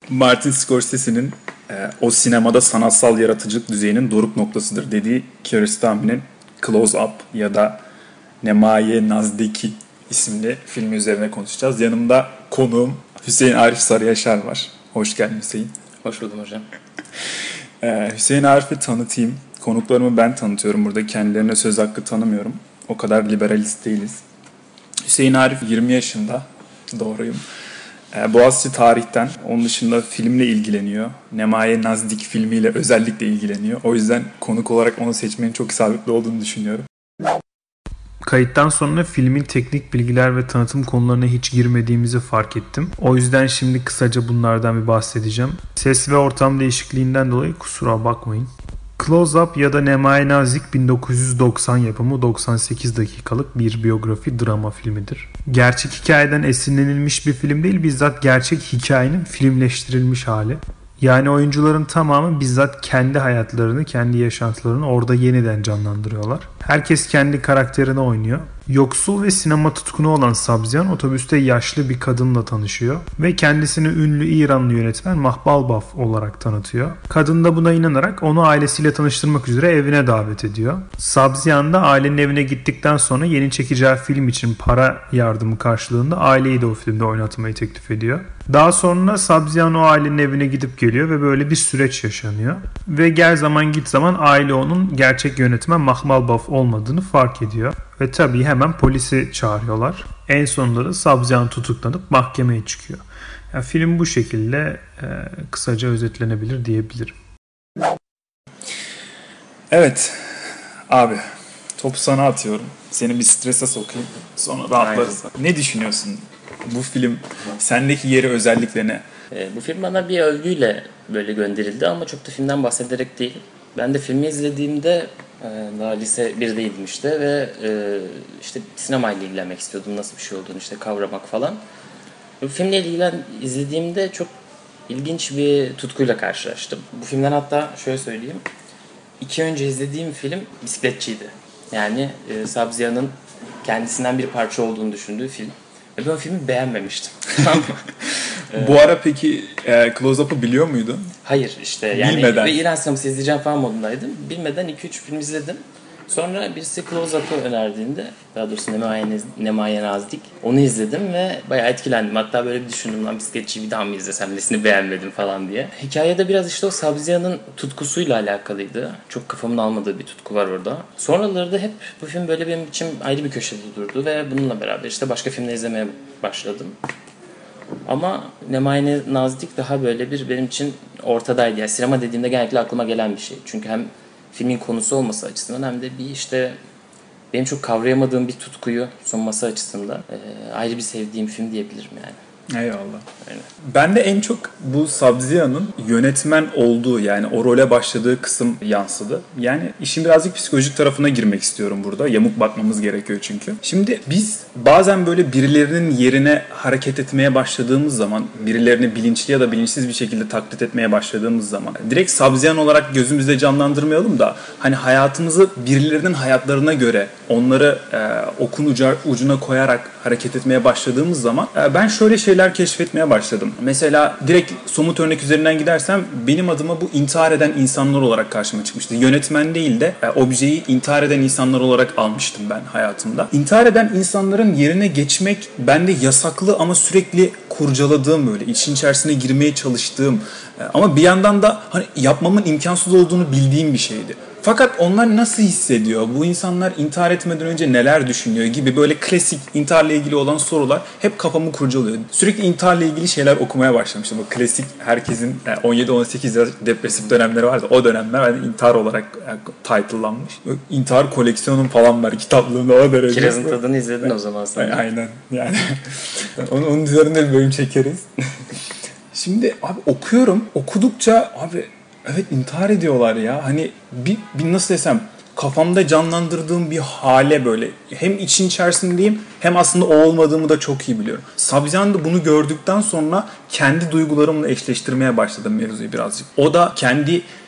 Martin Scorsese'nin o sinemada sanatsal yaratıcılık düzeyinin doruk noktasıdır dediği Kiarostami'nin Close Up ya da Nemaye Nazdeki isimli filmi üzerine konuşacağız. Yanımda konuğum Hüseyin Arif Sarıyaşar var. Hoş geldin Hüseyin. Hoş buldum hocam. Hüseyin Arif'i tanıtayım. Konuklarımı ben tanıtıyorum burada. Kendilerine söz hakkı tanımıyorum. O kadar liberalist değiliz. Hüseyin Arif 20 yaşında. Doğruyum. Boğaziçi tarihten, onun dışında filmle ilgileniyor. Nemaye Nazdik filmiyle özellikle ilgileniyor. O yüzden konuk olarak onu seçmenin çok isabetli olduğunu düşünüyorum. Kayıttan sonra filmin teknik bilgiler ve tanıtım konularına hiç girmediğimizi fark ettim. O yüzden şimdi kısaca bunlardan bir bahsedeceğim. Ses ve ortam değişikliğinden dolayı kusura bakmayın. Close Up ya da Nemaye Nazik 1990 yapımı 98 dakikalık bir biyografi drama filmidir. Gerçek hikayeden esinlenilmiş bir film değil, bizzat gerçek hikayenin filmleştirilmiş hali. Yani oyuncuların tamamı bizzat kendi hayatlarını, kendi yaşantılarını orada yeniden canlandırıyorlar. Herkes kendi karakterini oynuyor. Yoksul ve sinema tutkunu olan Sabzyan otobüste yaşlı bir kadınla tanışıyor ve kendisini ünlü İranlı yönetmen Mahbalbaf olarak tanıtıyor. Kadın da buna inanarak onu ailesiyle tanıştırmak üzere evine davet ediyor. Sabzyan da ailenin evine gittikten sonra yeni çekeceği film için para yardımı karşılığında aileyi de o filmde oynatmayı teklif ediyor. Daha sonra Sabzyan o ailenin evine gidip geliyor ve böyle bir süreç yaşanıyor. Ve gel zaman git zaman aile onun gerçek yönetmen Mahbalbaf olmadığını fark ediyor. Ve tabii hemen polisi çağırıyorlar. En sonunda da Sabzyan tutuklanıp mahkemeye çıkıyor. Yani film bu şekilde kısaca özetlenebilir diyebilirim. Evet abi, topu sana atıyorum. Seni bir strese sokayım, sonra rahatlarız. Ne düşünüyorsun? Bu film sendeki yeri özellikle ne? Bu film bana bir övgüyle böyle gönderildi ama çok da filmden bahsederek değil. Ben de filmi izlediğimde daha lise 1'deydim işte ve işte sinemayla ilgilenmek istiyordum. Nasıl bir şey olduğunu işte kavramak falan. Bu filmle izlediğimde çok ilginç bir tutkuyla karşılaştım. Bu filmden hatta şöyle söyleyeyim. 2 önce izlediğim film Bisikletçiydi. Yani Sabzyan'ın kendisinden bir parça olduğunu düşündüğü film. Ve ben o filmi beğenmemiştim. Bu ara peki Close Up'ı biliyor muydun? Hayır işte yani bilmeden. Ve İran sineması izleyeceğim falan modundaydım. Bilmeden 2-3 film izledim. Sonra birisi Close Up'ı önerdiğinde, daha doğrusu Nemaye Nazdik, onu izledim ve bayağı etkilendim. Hatta böyle bir düşündüm, lan Bisikletçiyi bir daha mı izlesem, nesini beğenmedim falan diye. Hikayede biraz işte o Sabzyan'ın tutkusuyla alakalıydı. Çok kafamın almadığı bir tutku var orada. Sonraları da hep bu film böyle benim için ayrı bir köşede durdu ve bununla beraber işte başka filmler izlemeye başladım. Ama Nemaye Nazdik daha böyle bir benim için ortadaydı. Yani sinema dediğimde genellikle aklıma gelen bir şey. Çünkü hem filmin konusu olması açısından hem de bir işte benim çok kavrayamadığım bir tutkuyu sunması açısından ayrı bir sevdiğim film diyebilirim yani. Eyvallah. Aynen. Ben de en çok bu Sabzyan'ın yönetmen olduğu, yani o role başladığı kısım yansıdı. Yani işin birazcık psikolojik tarafına girmek istiyorum burada. Yamuk bakmamız gerekiyor çünkü. Şimdi biz bazen böyle birilerinin yerine hareket etmeye başladığımız zaman, birilerini bilinçli ya da bilinçsiz bir şekilde taklit etmeye başladığımız zaman, direkt Sabzyan olarak gözümüzde canlandırmayalım da hani hayatımızı birilerinin hayatlarına göre onları okun ucuna koyarak hareket etmeye başladığımız zaman ben şöyle şeyler keşfetmeye başladım. Mesela direkt somut örnek üzerinden gidersem benim adıma bu intihar eden insanlar olarak karşıma çıkmıştı. Yönetmen değil de objeyi intihar eden insanlar olarak almıştım ben hayatımda. İntihar eden insanların yerine geçmek bende yasaklı ama sürekli kurcaladığım, böyle için içerisine girmeye çalıştığım ama bir yandan da hani yapmamın imkansız olduğunu bildiğim bir şeydi. Fakat onlar nasıl hissediyor? Bu insanlar intihar etmeden önce neler düşünüyor gibi böyle klasik intiharla ilgili olan sorular hep kafamı kurcalıyor. Sürekli intiharla ilgili şeyler okumaya başlamıştım. O klasik herkesin 17-18 yaş depresif dönemleri vardı. O dönemler yani intihar olarak title'lanmış. İntihar koleksiyonum falan var kitaplığında o derece. Kirazın tadını izledin o zaman sen. Aynen yani. onun üzerinde bir bölüm çekeriz. Şimdi abi okuyorum. Okudukça abi evet intihar ediyorlar ya. Hani bir nasıl desem kafamda canlandırdığım bir hale böyle hem için içerisindeyim hem aslında o olmadığımı da çok iyi biliyorum. Sabzyan da bunu gördükten sonra kendi duygularımla eşleştirmeye başladım mevzuyu birazcık. O da kendi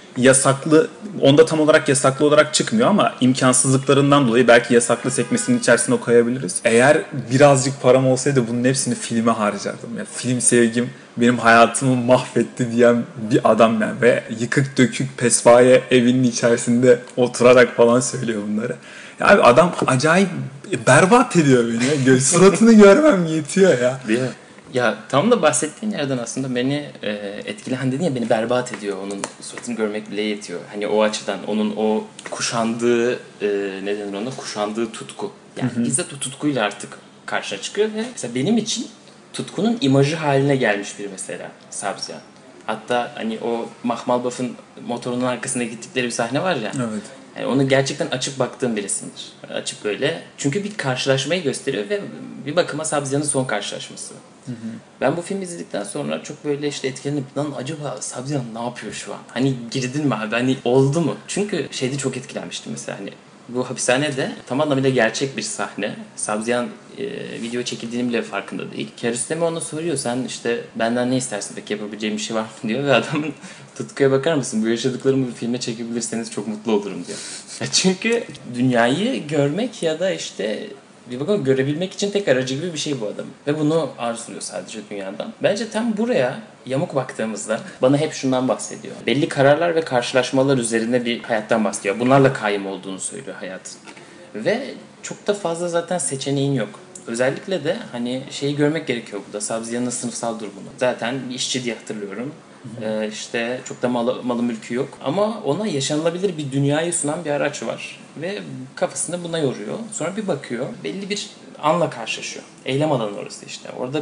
yasaklı, onda tam olarak yasaklı olarak çıkmıyor ama imkansızlıklarından dolayı belki yasaklı sekmesinin içerisine o koyabiliriz. Eğer birazcık param olsaydı bunun hepsini filme harcardım. Yani film sevgim benim hayatımı mahvetti diyen bir adam yani. Ve yıkık dökük pespaye evinin içerisinde oturarak falan söylüyor bunları. Ya abi adam acayip berbat ediyor beni ya. Suratını görmem yetiyor ya. Değil mi? Ya tam da bahsettiğin yerden aslında beni etkileyen dedin ya, beni berbat ediyor, onun suratını görmek bile yetiyor. Hani o açıdan onun o kuşandığı ne denir ona, kuşandığı tutku. Yani bizzat o tutkuyla artık karşına çıkıyor ve mesela benim için tutkunun imajı haline gelmiş biri mesela Sabziyan. Hatta hani o Mahmalbaf'ın motorunun arkasında gittikleri bir sahne var ya. Evet. Yani onu gerçekten açıp baktığım birisindir. Açıp böyle. Çünkü bir karşılaşmayı gösteriyor ve bir bakıma Sabziyan'ın son karşılaşması. Hı hı. Ben bu filmi izledikten sonra çok böyle işte etkilenip lan acaba Sabziyan ne yapıyor şu an? Hani girdin mi abi? Hani oldu mu? Çünkü şeyde çok etkilenmiştim mesela, hani bu hapishanede tam anlamıyla gerçek bir sahne. Sabziyan video çekildiğini bile farkında değil. Kiarostami ona soruyor, sen işte benden ne istersin peki, yapabileceğim bir şey var mı diyor ve adamın tutkuya bakar mısın? Bu yaşadıklarımı bir filme çekebilirseniz çok mutlu olurum diyor. Çünkü dünyayı görmek ya da işte bir bakalım görebilmek için tek aracı gibi bir şey bu adam. Ve bunu arzuluyor sadece dünyadan. Bence tam buraya yamuk baktığımızda bana hep şundan bahsediyor. Belli kararlar ve karşılaşmalar üzerine bir hayattan bahsediyor. Bunlarla kaim olduğunu söylüyor hayatın. Ve çok da fazla zaten seçeneğin yok. Özellikle de hani şeyi görmek gerekiyor burada. Sabziyan'ın sınıfsal durumunu. Zaten bir işçi diye hatırlıyorum. İşte çok da malı mülkü yok. Ama ona yaşanılabilir bir dünyayı sunan bir araç var. Ve kafasını buna yoruyor. Sonra bir bakıyor. Belli bir anla karşılaşıyor. Eylem alanı orası işte. Orada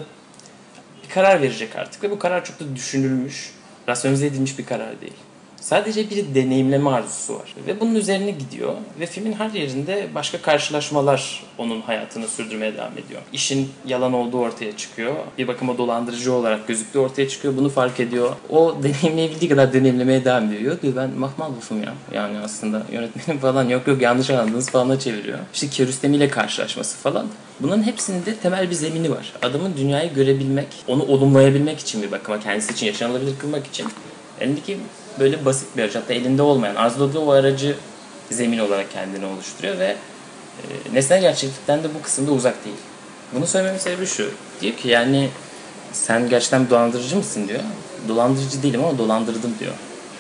bir karar verecek artık. Ve bu karar çok da düşünülmüş, rasyonize edilmiş bir karar değil. Sadece bir deneyimleme arzusu var. Ve bunun üzerine gidiyor. Ve filmin her yerinde başka karşılaşmalar onun hayatını sürdürmeye devam ediyor. İşin yalan olduğu ortaya çıkıyor. Bir bakıma dolandırıcı olarak gözüktüğü ortaya çıkıyor. Bunu fark ediyor. O deneyimleyebildiği kadar deneyimlemeye devam ediyor. Diyor ben Mahmalbaf'ım ya. Yani aslında yönetmenim falan yok yanlış anladınız falan çeviriyor. İşte Kiarostami ile karşılaşması falan. Bunların hepsinde temel bir zemini var. Adamın dünyayı görebilmek, onu olumlayabilmek için bir bakıma, kendisi için yaşanılabilir kılmak için elindeki böyle basit bir araç, hatta elinde olmayan, arzuladığı o aracı zemin olarak kendini oluşturuyor ve nesnel gerçeklikten de bu kısımda uzak değil. Bunu söylememin sebebi şu. Diyor ki yani sen gerçekten bir dolandırıcı mısın diyor. Dolandırıcı değilim ama dolandırdım diyor.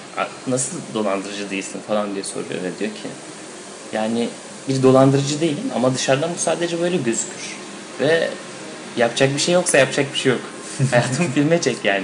Nasıl dolandırıcı değilsin falan diye soruyor ve diyor ki yani bir dolandırıcı değilim ama dışarıdan bu sadece böyle gözükür. Ve yapacak bir şey yoksa yapacak bir şey yok. Hayatımı filme çek yani.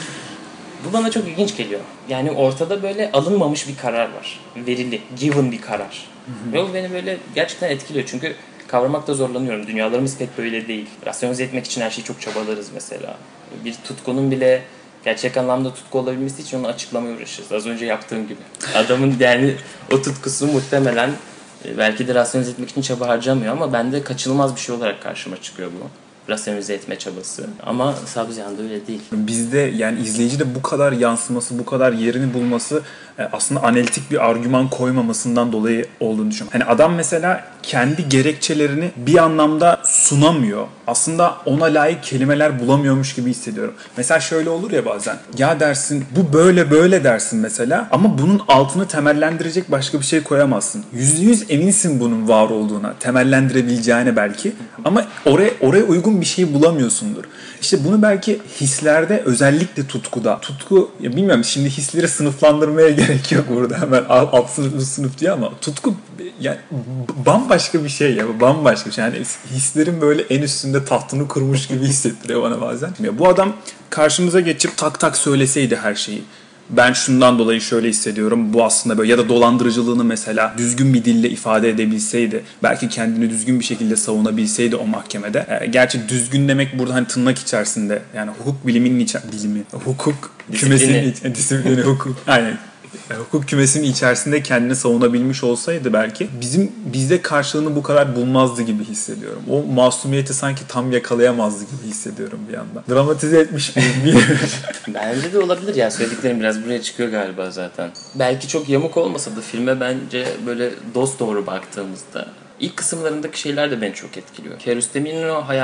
Bu bana çok ilginç geliyor. Yani ortada böyle alınmamış bir karar var. Verili, given bir karar. Ve bu beni böyle gerçekten etkiliyor. Çünkü kavramakta zorlanıyorum. Dünyalarımız pek böyle değil. Rasyonize etmek için her şeyi çok çabalarız mesela. Bir tutkunun bile gerçek anlamda tutku olabilmesi için onu açıklamaya uğraşırız. Az önce yaptığım gibi. Adamın yani o tutkusu muhtemelen belki de rasyonize etmek için çaba harcamıyor ama bende kaçınılmaz bir şey olarak karşıma çıkıyor bu. Rasyonize etme çabası. Ama Sabziyan'da öyle değil. Bizde yani izleyicide bu kadar yansıması, bu kadar yerini bulması aslında analitik bir argüman koymamasından dolayı olduğunu düşünüyorum. Hani adam mesela kendi gerekçelerini bir anlamda sunamıyor. Aslında ona layık kelimeler bulamıyormuş gibi hissediyorum. Mesela şöyle olur ya bazen. Ya dersin bu böyle böyle dersin mesela ama bunun altını temellendirecek başka bir şey koyamazsın. %100 eminsin bunun var olduğuna, temellendirebileceğine belki ama oraya uygun bir şey bulamıyorsundur. İşte bunu belki hislerde, özellikle tutkuda. Tutku, ya bilmiyorum şimdi hisleri sınıflandırmaya gerek yok burada hemen alt sınıf üst sınıf diye ama tutku yani bambaşka bir şey ya, bambaşka bir şey. Yani hislerin böyle en üstünde tahtını kurmuş gibi hissettiriyor bana bazen. Ya bu adam karşımıza geçip tak tak söyleseydi her şeyi. Ben şundan dolayı şöyle hissediyorum. Bu aslında böyle, ya da dolandırıcılığını mesela düzgün bir dille ifade edebilseydi, belki kendini düzgün bir şekilde savunabilseydi o mahkemede. Gerçi düzgün demek burada hani tırnak içerisinde, yani hukuk biliminin hukuk kümesinin disiplini hukuk. Aynen. Hukuk kümesinin içerisinde kendini savunabilmiş olsaydı belki bizde karşılığını bu kadar bulmazdı gibi hissediyorum. O masumiyeti sanki tam yakalayamazdı gibi hissediyorum bir yandan. Dramatize etmiş miyim? Bence de olabilir ya. Söylediklerim biraz buraya çıkıyor galiba zaten. Belki çok yamuk olmasa da filme bence böyle dosdoğru baktığımızda ilk kısımlarındaki şeyler de beni çok etkiliyor. Kiarostami'nin o hayat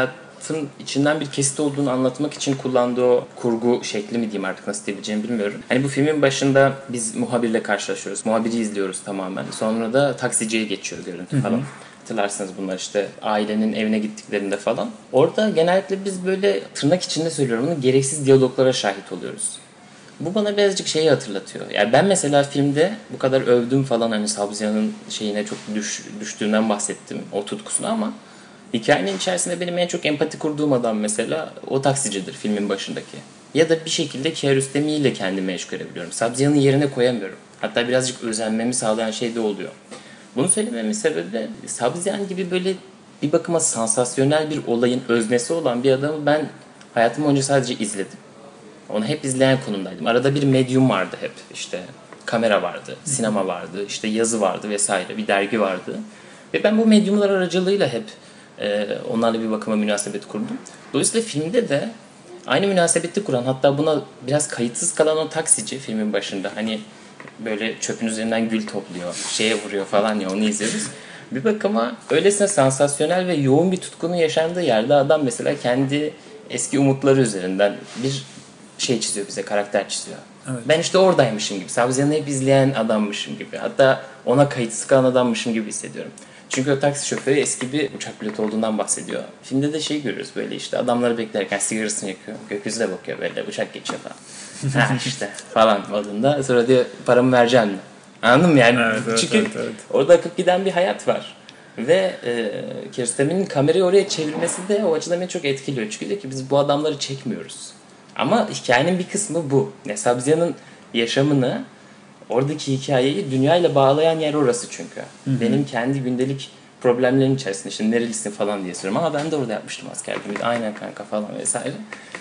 hayatın içinden bir kesit olduğunu anlatmak için kullandığı o kurgu şekli mi diyeyim, artık nasıl diyebileceğimi bilmiyorum. Hani bu filmin başında biz muhabirle karşılaşıyoruz. Muhabiri izliyoruz tamamen. Sonra da taksiciye geçiyor görüntü falan. Hatırlarsınız bunlar işte ailenin evine gittiklerinde falan. Orada genellikle biz böyle, tırnak içinde söylüyorum bunu, gereksiz diyaloglara şahit oluyoruz. Bu bana birazcık şeyi hatırlatıyor. Yani ben mesela filmde bu kadar övdüm falan, hani Sabziyan'ın şeyine çok düştüğünden bahsettim, o tutkusuna, ama hikayenin içerisinde benim en çok empati kurduğum adam mesela o taksicidir filmin başındaki. Ya da bir şekilde Kiarostami ile kendimi eşlik edebiliyorum. Sabziyan'ın yerine koyamıyorum. Hatta birazcık özenmemi sağlayan şey de oluyor. Bunu söylememin sebebi, Sabziyan gibi böyle bir bakıma sansasyonel bir olayın öznesi olan bir adamı ben hayatım boyunca sadece izledim. Onu hep izleyen konumdaydım. Arada bir medyum vardı hep. İşte kamera vardı, sinema vardı, işte yazı vardı vesaire, bir dergi vardı. Ve ben bu medyumlar aracılığıyla hep onlarla bir bakıma münasebet kurdum. Dolayısıyla filmde de aynı münasebeti kuran, hatta buna biraz kayıtsız kalan o taksici filmin başında hani böyle çöpün üzerinden gül topluyor, şeye vuruyor falan ya, onu izliyoruz. Bir bakıma öylesine sansasyonel ve yoğun bir tutkunun yaşandığı yerde adam mesela kendi eski umutları üzerinden bir şey çiziyor bize, karakter çiziyor. Evet. Ben işte oradaymışım gibi, Sabziyan'ı hep izleyen adammışım gibi, hatta ona kayıtsız kalan adammışım gibi hissediyorum. Çünkü o taksi şoförü eski bir uçak pilotu olduğundan bahsediyor. Filmde de şey görüyoruz, böyle işte adamları beklerken sigarasını yakıyor, gökyüzüne bakıyor, böyle uçak geçiyor falan. Ha işte falan modunda, sonra diyor paramı vereceğim mi? Anladın mı yani? Evet, çünkü evet. orada akıp giden bir hayat var. Ve Kiarostami'nin kamerayı oraya çevirmesi de o açıdan beni çok etkiliyor. Çünkü diyor ki biz bu adamları çekmiyoruz. Ama hikayenin bir kısmı bu. Sabziyan'ın yaşamını, oradaki hikayeyi dünyayla bağlayan yer orası çünkü. Hı-hı. Benim kendi gündelik problemlerin içerisinde işte nerelisin falan diye soruyorum. Ama ben de orada yapmıştım askerliğimi. Aynen kanka falan vesaire.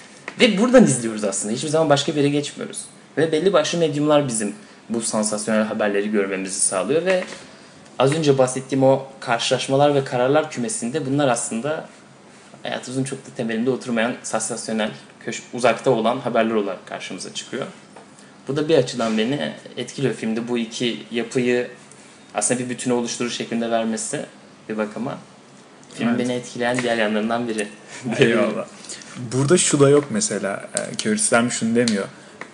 Ve buradan izliyoruz aslında. Hiçbir zaman başka bir yere geçmiyoruz. Ve belli başlı medyumlar bizim bu sansasyonel haberleri görmemizi sağlıyor ve az önce bahsettiğim o karşılaşmalar ve kararlar kümesinde bunlar aslında hayatımızın çok da temelinde oturmayan sansasyonel, uzakta olan haberler olarak karşımıza çıkıyor. Bu da bir açıdan beni etkiliyor. Filmde bu iki yapıyı aslında bir bütünü oluşturur şeklinde vermesi bir bakıma. Film evet. Beni etkileyen diğer yanlarından biri. Eyvallah. Burada şu da yok mesela. Kiarostami şunu demiyor.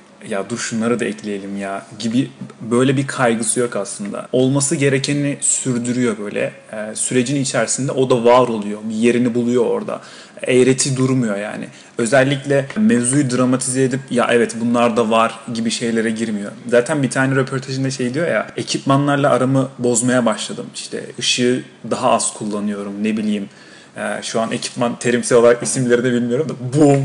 Ya dur şunları da ekleyelim ya gibi, böyle bir kaygısı yok aslında. Olması gerekeni sürdürüyor böyle. Sürecin içerisinde o da var oluyor. Bir yerini buluyor orada. Eğreti durmuyor yani. Özellikle mevzuyu dramatize edip ya evet bunlar da var gibi şeylere girmiyor. Zaten bir tane röportajında şey diyor ya, ekipmanlarla aramı bozmaya başladım. İşte ışığı daha az kullanıyorum, ne bileyim. Şu an ekipman terimsel olarak isimleri de bilmiyorum da boom.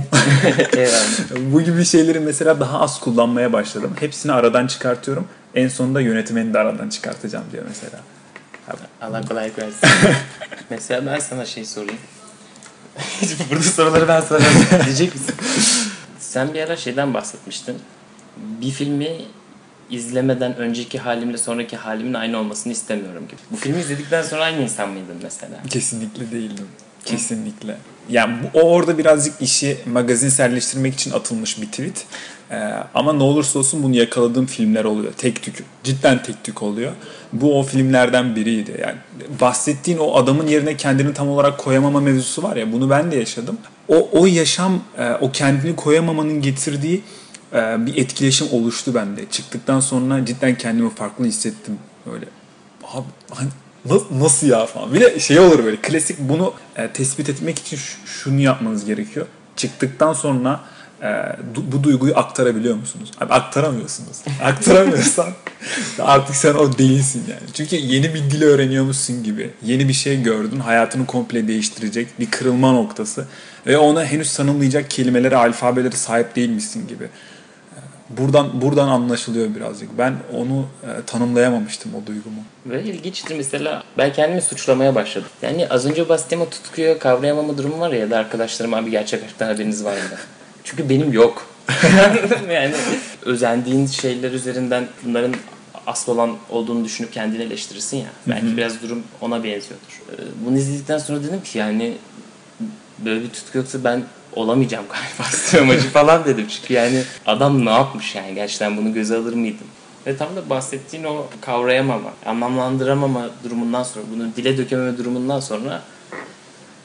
Bu gibi şeyleri mesela daha az kullanmaya başladım. Hepsini aradan çıkartıyorum. En sonunda yönetmeni de aradan çıkartacağım diyor mesela. Allah kolaylık versin. Mesela ben sana şey sorayım. Burada soruları ben sana diyecek misin? Sen bir ara şeyden bahsetmiştin. Bir filmi izlemeden önceki halimle sonraki halimin aynı olmasını istemiyorum gibi. Bu filmi izledikten sonra aynı insan mıydın mesela? Kesinlikle değildim. Kesinlikle. Yani o orada birazcık işi magazinselleştirmek için atılmış bir tweet. Ama ne olursa olsun bunu yakaladığım filmler oluyor. Tek tük. Cidden tek tük oluyor. Bu o filmlerden biriydi. Yani bahsettiğin o adamın yerine kendini tam olarak koyamama mevzusu var ya, bunu ben de yaşadım. O yaşam, o kendini koyamamanın getirdiği bir etkileşim oluştu bende. Çıktıktan sonra cidden kendimi farklı hissettim. Böyle abi hani nasıl ya falan. Bir de şey olur böyle klasik, bunu tespit etmek için şunu yapmanız gerekiyor. Çıktıktan sonra bu duyguyu aktarabiliyor musunuz? Abi aktaramıyorsunuz. Aktaramıyorsan artık sen o değilsin yani. Çünkü yeni bir dil öğreniyormuşsun gibi. Yeni bir şey gördün. Hayatını komple değiştirecek bir kırılma noktası. Ve ona henüz tanımlayacak kelimeleri, alfabeleri sahip değilmişsin gibi. Buradan anlaşılıyor birazcık. Ben onu tanımlayamamıştım, o duygumu. Ve ilginçtir mesela, ben kendimi suçlamaya başladım. Yani az önce bahsettiğim o tutkuyu kavrayamama durumu var ya da arkadaşlarım abi gerçek aşktan haberiniz var mı? Çünkü benim yok. Yani özendiğin şeyler üzerinden bunların asıl olan olduğunu düşünüp kendini eleştirirsin ya. Belki biraz durum ona benziyordur. Bunu izledikten sonra dedim ki yani böyle bir tutku yoksa ben olamayacağım galiba amacı falan dedim. Çünkü yani adam ne yapmış yani, gerçekten bunu göze alır mıydım? Ve tam da bahsettiğin o kavrayamama, anlamlandıramama durumundan sonra, bunu dile dökememe durumundan sonra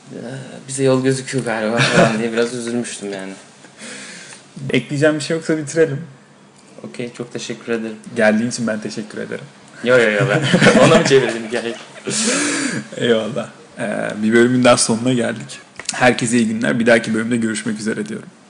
bize yol gözüküyor galiba falan diye biraz üzülmüştüm yani. Ekleyeceğim bir şey yoksa bitirelim. Okey, çok teşekkür ederim. Geldiğin için ben teşekkür ederim. Yo ben ona mı çevirdim hikayeyi? Eyvallah. Bir bölümün daha sonuna geldik. Herkese iyi günler. Bir dahaki bölümde görüşmek üzere diyorum.